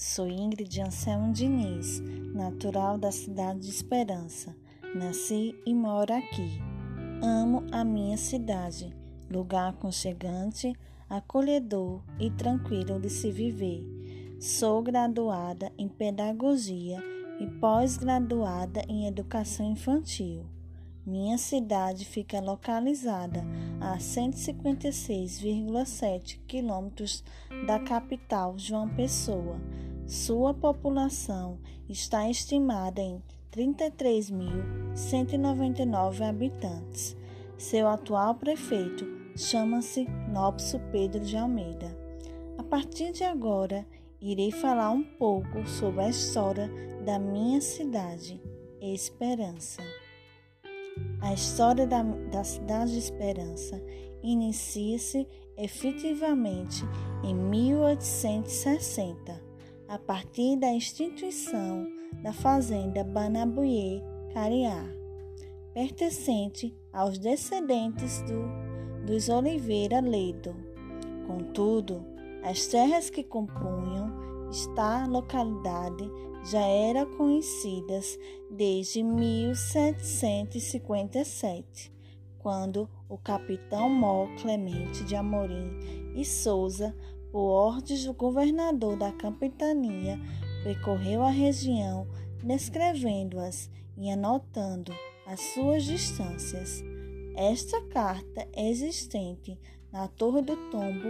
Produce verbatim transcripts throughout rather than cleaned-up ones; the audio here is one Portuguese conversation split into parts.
Sou Ingrid Anselmo Diniz, natural da cidade de Esperança. Nasci e moro aqui. Amo a minha cidade, lugar aconchegante, acolhedor e tranquilo de se viver. Sou graduada em Pedagogia e pós-graduada em Educação Infantil. Minha cidade fica localizada a cento e cinquenta e seis vírgula sete quilômetros da capital, João Pessoa. Sua população está estimada em trinta e três mil cento e noventa e nove habitantes. Seu atual prefeito chama-se Nobson Pedro de Almeida. A partir de agora, irei falar um pouco sobre a história da minha cidade, Esperança. A história da, da cidade de Esperança inicia-se efetivamente em mil oitocentos e sessenta, a partir da instituição da fazenda Banabuiê Cariá, pertencente aos descendentes do, dos Oliveira Ledo. Contudo, as terras que compunham esta localidade já eram conhecidas desde mil setecentos e cinquenta e sete, quando o capitão Mó Clemente de Amorim e Souza, por ordens do governador da capitania, percorreu a região, descrevendo-as e anotando as suas distâncias. Esta carta existente na Torre do Tombo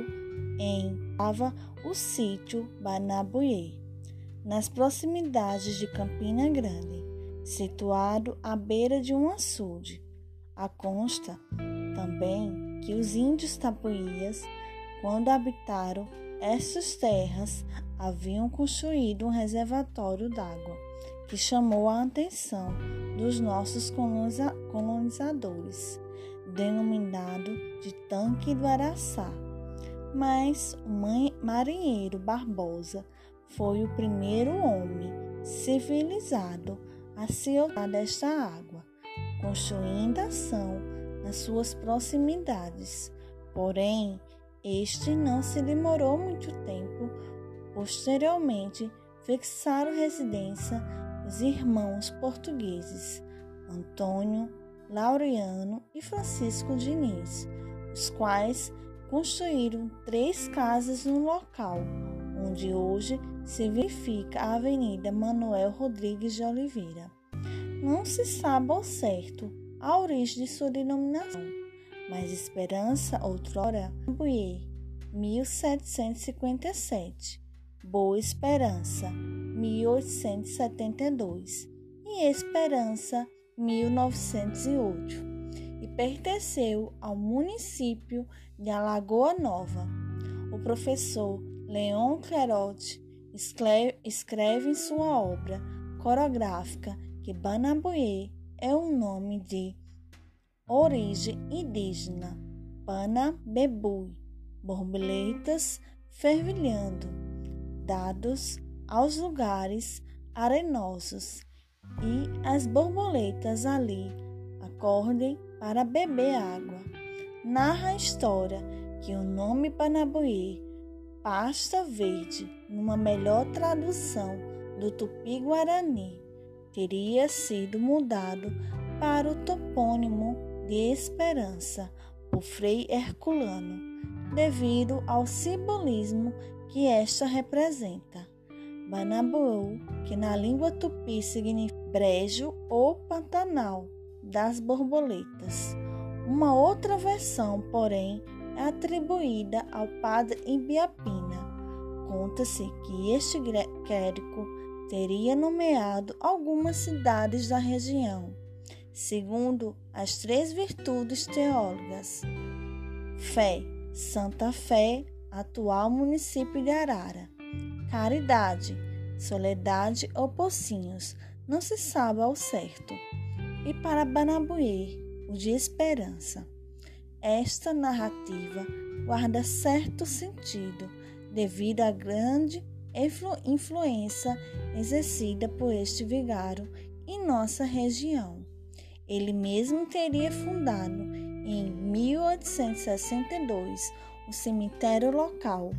estava o sítio Banabuiê, nas proximidades de Campina Grande, situado à beira de um açude. A consta também que os índios tapuias, quando habitaram estas terras, haviam construído um reservatório d'água que chamou a atenção dos nossos coloniza- colonizadores, denominado de Tanque do Araçá. Mas o marinheiro Barbosa foi o primeiro homem civilizado a se ocupar desta água, construindo ação nas suas proximidades. Porém, este não se demorou muito tempo. Posteriormente, fixaram residência os irmãos portugueses Antônio, Laureano e Francisco Diniz, os quais construíram três casas no local, onde hoje se verifica a Avenida Manuel Rodrigues de Oliveira. Não se sabe ao certo a origem de sua denominação, mas Esperança, outrora, Banabuiê, mil setecentos e cinquenta e sete, Boa Esperança, mil oitocentos e setenta e dois e Esperança, mil novecentos e oito, e pertenceu ao município de Alagoa Nova. O professor Leon Clerote escreve, escreve em sua obra coreográfica que Banabuiê é um nome de origem indígena, Pana-Bebui, borboletas fervilhando, dados aos lugares arenosos, e as borboletas ali acordem para beber água. Narra a história que o nome Banabuiê, pasta verde, numa melhor tradução do tupi-guarani, teria sido mudado para o topônimo de Esperança por Frei Herculano, devido ao simbolismo que esta representa. Banabuiê, que na língua tupi significa brejo ou pantanal das borboletas. Uma outra versão, porém, é atribuída ao padre Ibiapina. Conta-se que este clérigo teria nomeado algumas cidades da região, segundo as três virtudes teológicas: Fé, Santa Fé, atual município de Arara; Caridade, Soledade ou Pocinhos, não se sabe ao certo; e para Banabuiê, o de Esperança. Esta narrativa guarda certo sentido, devido à grande influ- influência exercida por este vigário em nossa região. Ele mesmo teria fundado, em mil oitocentos e sessenta e dois, o cemitério local,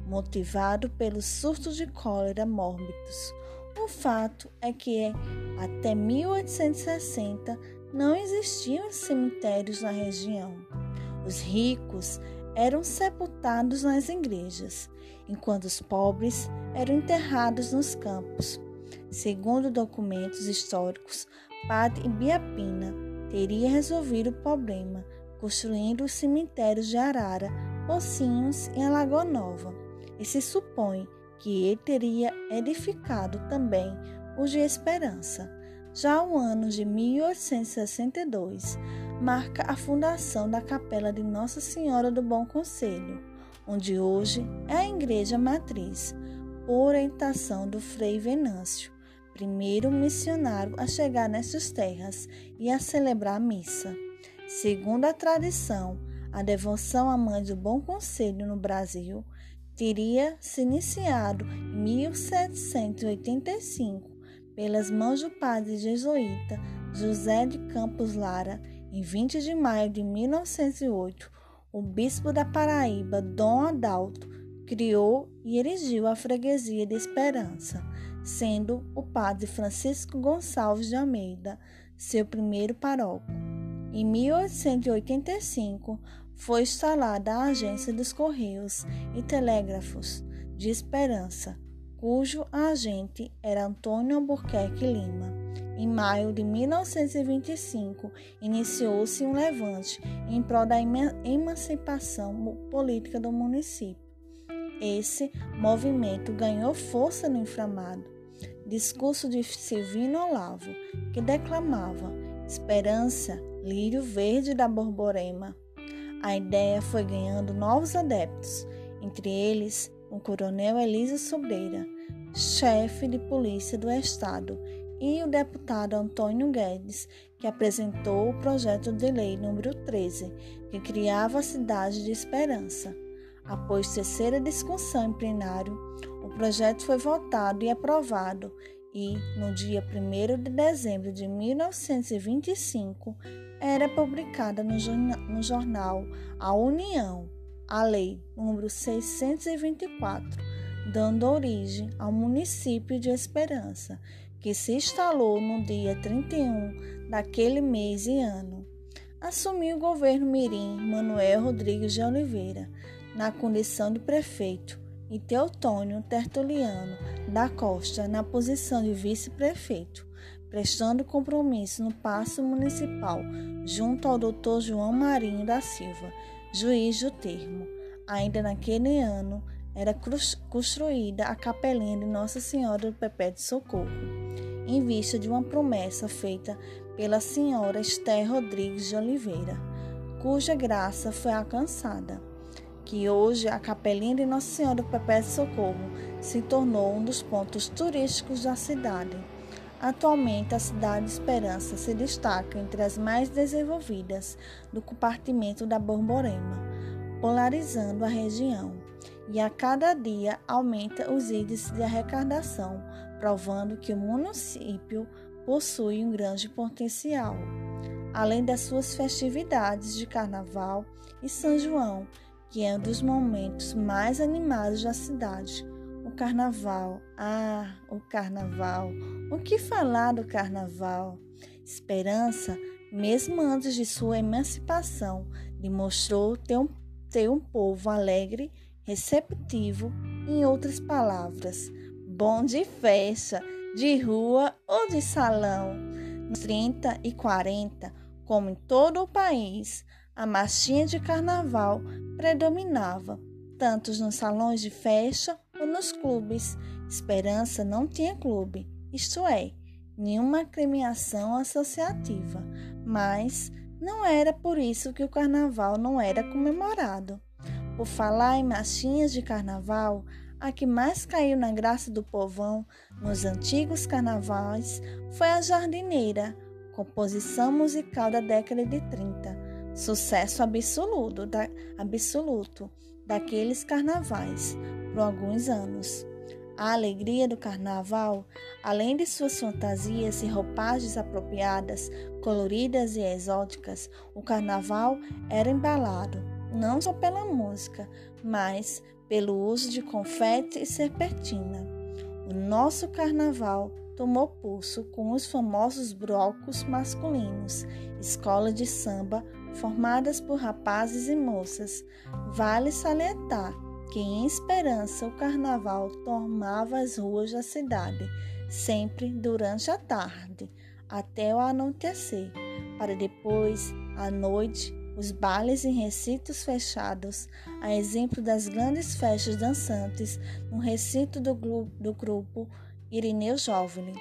motivado pelos surtos de cólera mórbidos. O fato é que até mil oitocentos e sessenta não existiam cemitérios na região. Os ricos eram sepultados nas igrejas, enquanto os pobres eram enterrados nos campos. Segundo documentos históricos, Padre Ibiapina teria resolvido o problema construindo os cemitérios de Arara, Pocinhos e Alagoa Nova, e se supõe que ele teria edificado também os de Esperança. Já o ano de mil oitocentos e sessenta e dois marca a fundação da Capela de Nossa Senhora do Bom Conselho, onde hoje é a Igreja Matriz, por orientação do Frei Venâncio, primeiro missionário a chegar nessas terras e a celebrar a missa. Segundo a tradição, a devoção à Mãe do Bom Conselho no Brasil teria se iniciado em mil setecentos e oitenta e cinco pelas mãos do padre jesuíta José de Campos Lara. Em vinte de maio de mil novecentos e oito, o bispo da Paraíba, Dom Adalto, criou e erigiu a freguesia de Esperança, sendo o padre Francisco Gonçalves de Almeida seu primeiro paróquio. Em mil oitocentos e oitenta e cinco, foi instalada a Agência dos Correios e Telégrafos de Esperança, cujo agente era Antônio Albuquerque Lima. Em maio de mil novecentos e vinte e cinco, iniciou-se um levante em prol da emancipação política do município. Esse movimento ganhou força no inflamado discurso de Silvino Olavo, que declamava Esperança, lírio verde da Borborema. A ideia foi ganhando novos adeptos, entre eles o coronel Elísio Sobreira, chefe de polícia do estado, e o deputado Antônio Guedes, que apresentou o projeto de lei número treze, que criava a cidade de Esperança. Após terceira discussão em plenário, o projeto foi votado e aprovado e, no dia primeiro de dezembro de mil novecentos e vinte e cinco, era publicada no jornal A União, a Lei número seiscentos e vinte e quatro, dando origem ao município de Esperança, que se instalou no dia trinta e um daquele mês e ano. Assumiu o governo mirim Manuel Rodrigues de Oliveira, na condição de prefeito, e Teotônio Tertuliano da Costa na posição de vice-prefeito, prestando compromisso no Paço Municipal, junto ao doutor João Marinho da Silva, juiz do termo. Ainda naquele ano, era construída a capelinha de Nossa Senhora do Perpétuo Socorro, em vista de uma promessa feita pela senhora Esther Rodrigues de Oliveira, cuja graça foi alcançada, que hoje a capelinha de Nossa Senhora do Perpétuo Socorro se tornou um dos pontos turísticos da cidade. Atualmente, a cidade de Esperança se destaca entre as mais desenvolvidas do compartimento da Borborema, polarizando a região, e a cada dia aumenta os índices de arrecadação, provando que o município possui um grande potencial. Além das suas festividades de Carnaval e São João, que é um dos momentos mais animados da cidade. O Carnaval, ah, o Carnaval, o que falar do Carnaval? Esperança, mesmo antes de sua emancipação, demonstrou ter um, ter um povo alegre, receptivo, em outras palavras, bom de festa, de rua ou de salão. Nos trinta e quarenta, como em todo o país, a marchinha de carnaval predominava, tanto nos salões de festa ou nos clubes. Esperança não tinha clube, isto é, nenhuma agremiação associativa, mas não era por isso que o carnaval não era comemorado. Por falar em marchinhas de carnaval, a que mais caiu na graça do povão nos antigos carnavais foi a Jardineira, composição musical da década de trinta, sucesso absoluto, da, absoluto daqueles carnavais por alguns anos. A alegria do carnaval, além de suas fantasias e roupagens apropriadas, coloridas e exóticas, o carnaval era embalado não só pela música, mas pelo uso de confete e serpentina. O nosso carnaval tomou pulso com os famosos blocos masculinos, escola de samba formadas por rapazes e moças. Vale salientar que em Esperança o carnaval tomava as ruas da cidade, sempre durante a tarde, até o anoitecer, para depois, à noite, os bailes em recintos fechados, a exemplo das grandes festas dançantes no recinto do, gru- do grupo Irineu Jovem.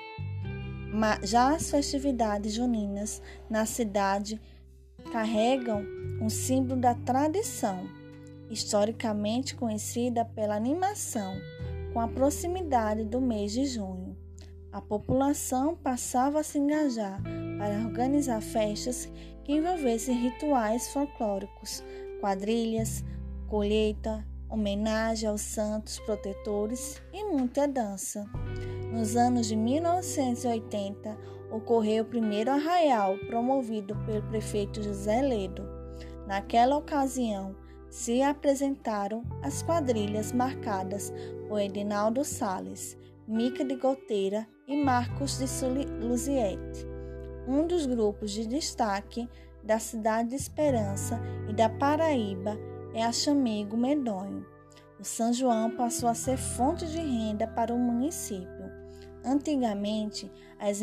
Já as festividades juninas na cidade carregam um símbolo da tradição, historicamente conhecida pela animação, com a proximidade do mês de junho. A população passava a se engajar para organizar festas que envolvessem rituais folclóricos, quadrilhas, colheita, homenagem aos santos protetores e muita dança. Nos anos de mil novecentos e oitenta, ocorreu o primeiro arraial promovido pelo prefeito José Ledo. Naquela ocasião, se apresentaram as quadrilhas marcadas por Edinaldo Salles, Mica de Goteira e Marcos de Luziette. Um dos grupos de destaque da cidade de Esperança e da Paraíba é a Chamego Medonho. O São João passou a ser fonte de renda para o município. Antigamente, as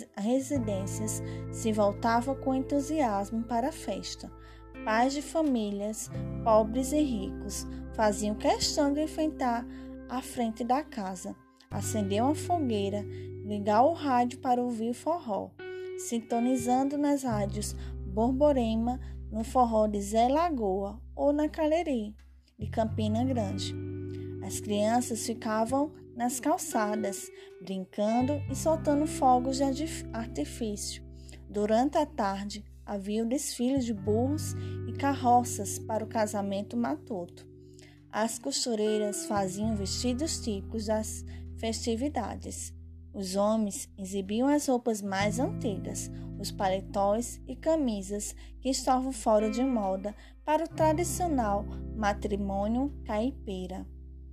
residências se voltavam com entusiasmo para a festa. Pais de famílias, pobres e ricos, faziam questão de enfrentar a frente da casa, acender uma fogueira, ligar o rádio para ouvir o forró, sintonizando nas rádios Borborema, no forró de Zé Lagoa ou na Caleri, de Campina Grande. As crianças ficavam nas calçadas, brincando e soltando fogos de artifício. Durante a tarde, havia o desfile de burros e carroças para o casamento matuto. As costureiras faziam vestidos típicos das festividades. Os homens exibiam as roupas mais antigas, os paletós e camisas que estavam fora de moda para o tradicional matrimônio caipira.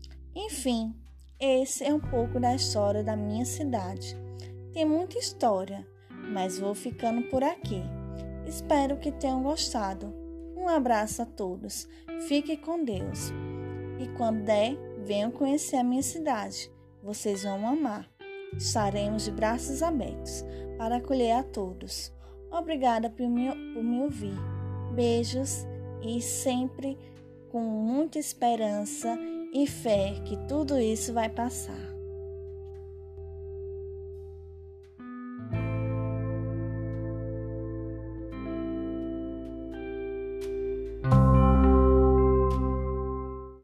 Enfim, esse é um pouco da história da minha cidade. Tem muita história, mas vou ficando por aqui. Espero que tenham gostado. Um abraço a todos. Fique com Deus. E quando der, venham conhecer a minha cidade. Vocês vão amar. Estaremos de braços abertos para acolher a todos. Obrigada por me, por me ouvir. Beijos e sempre com muita esperança e fé que tudo isso vai passar.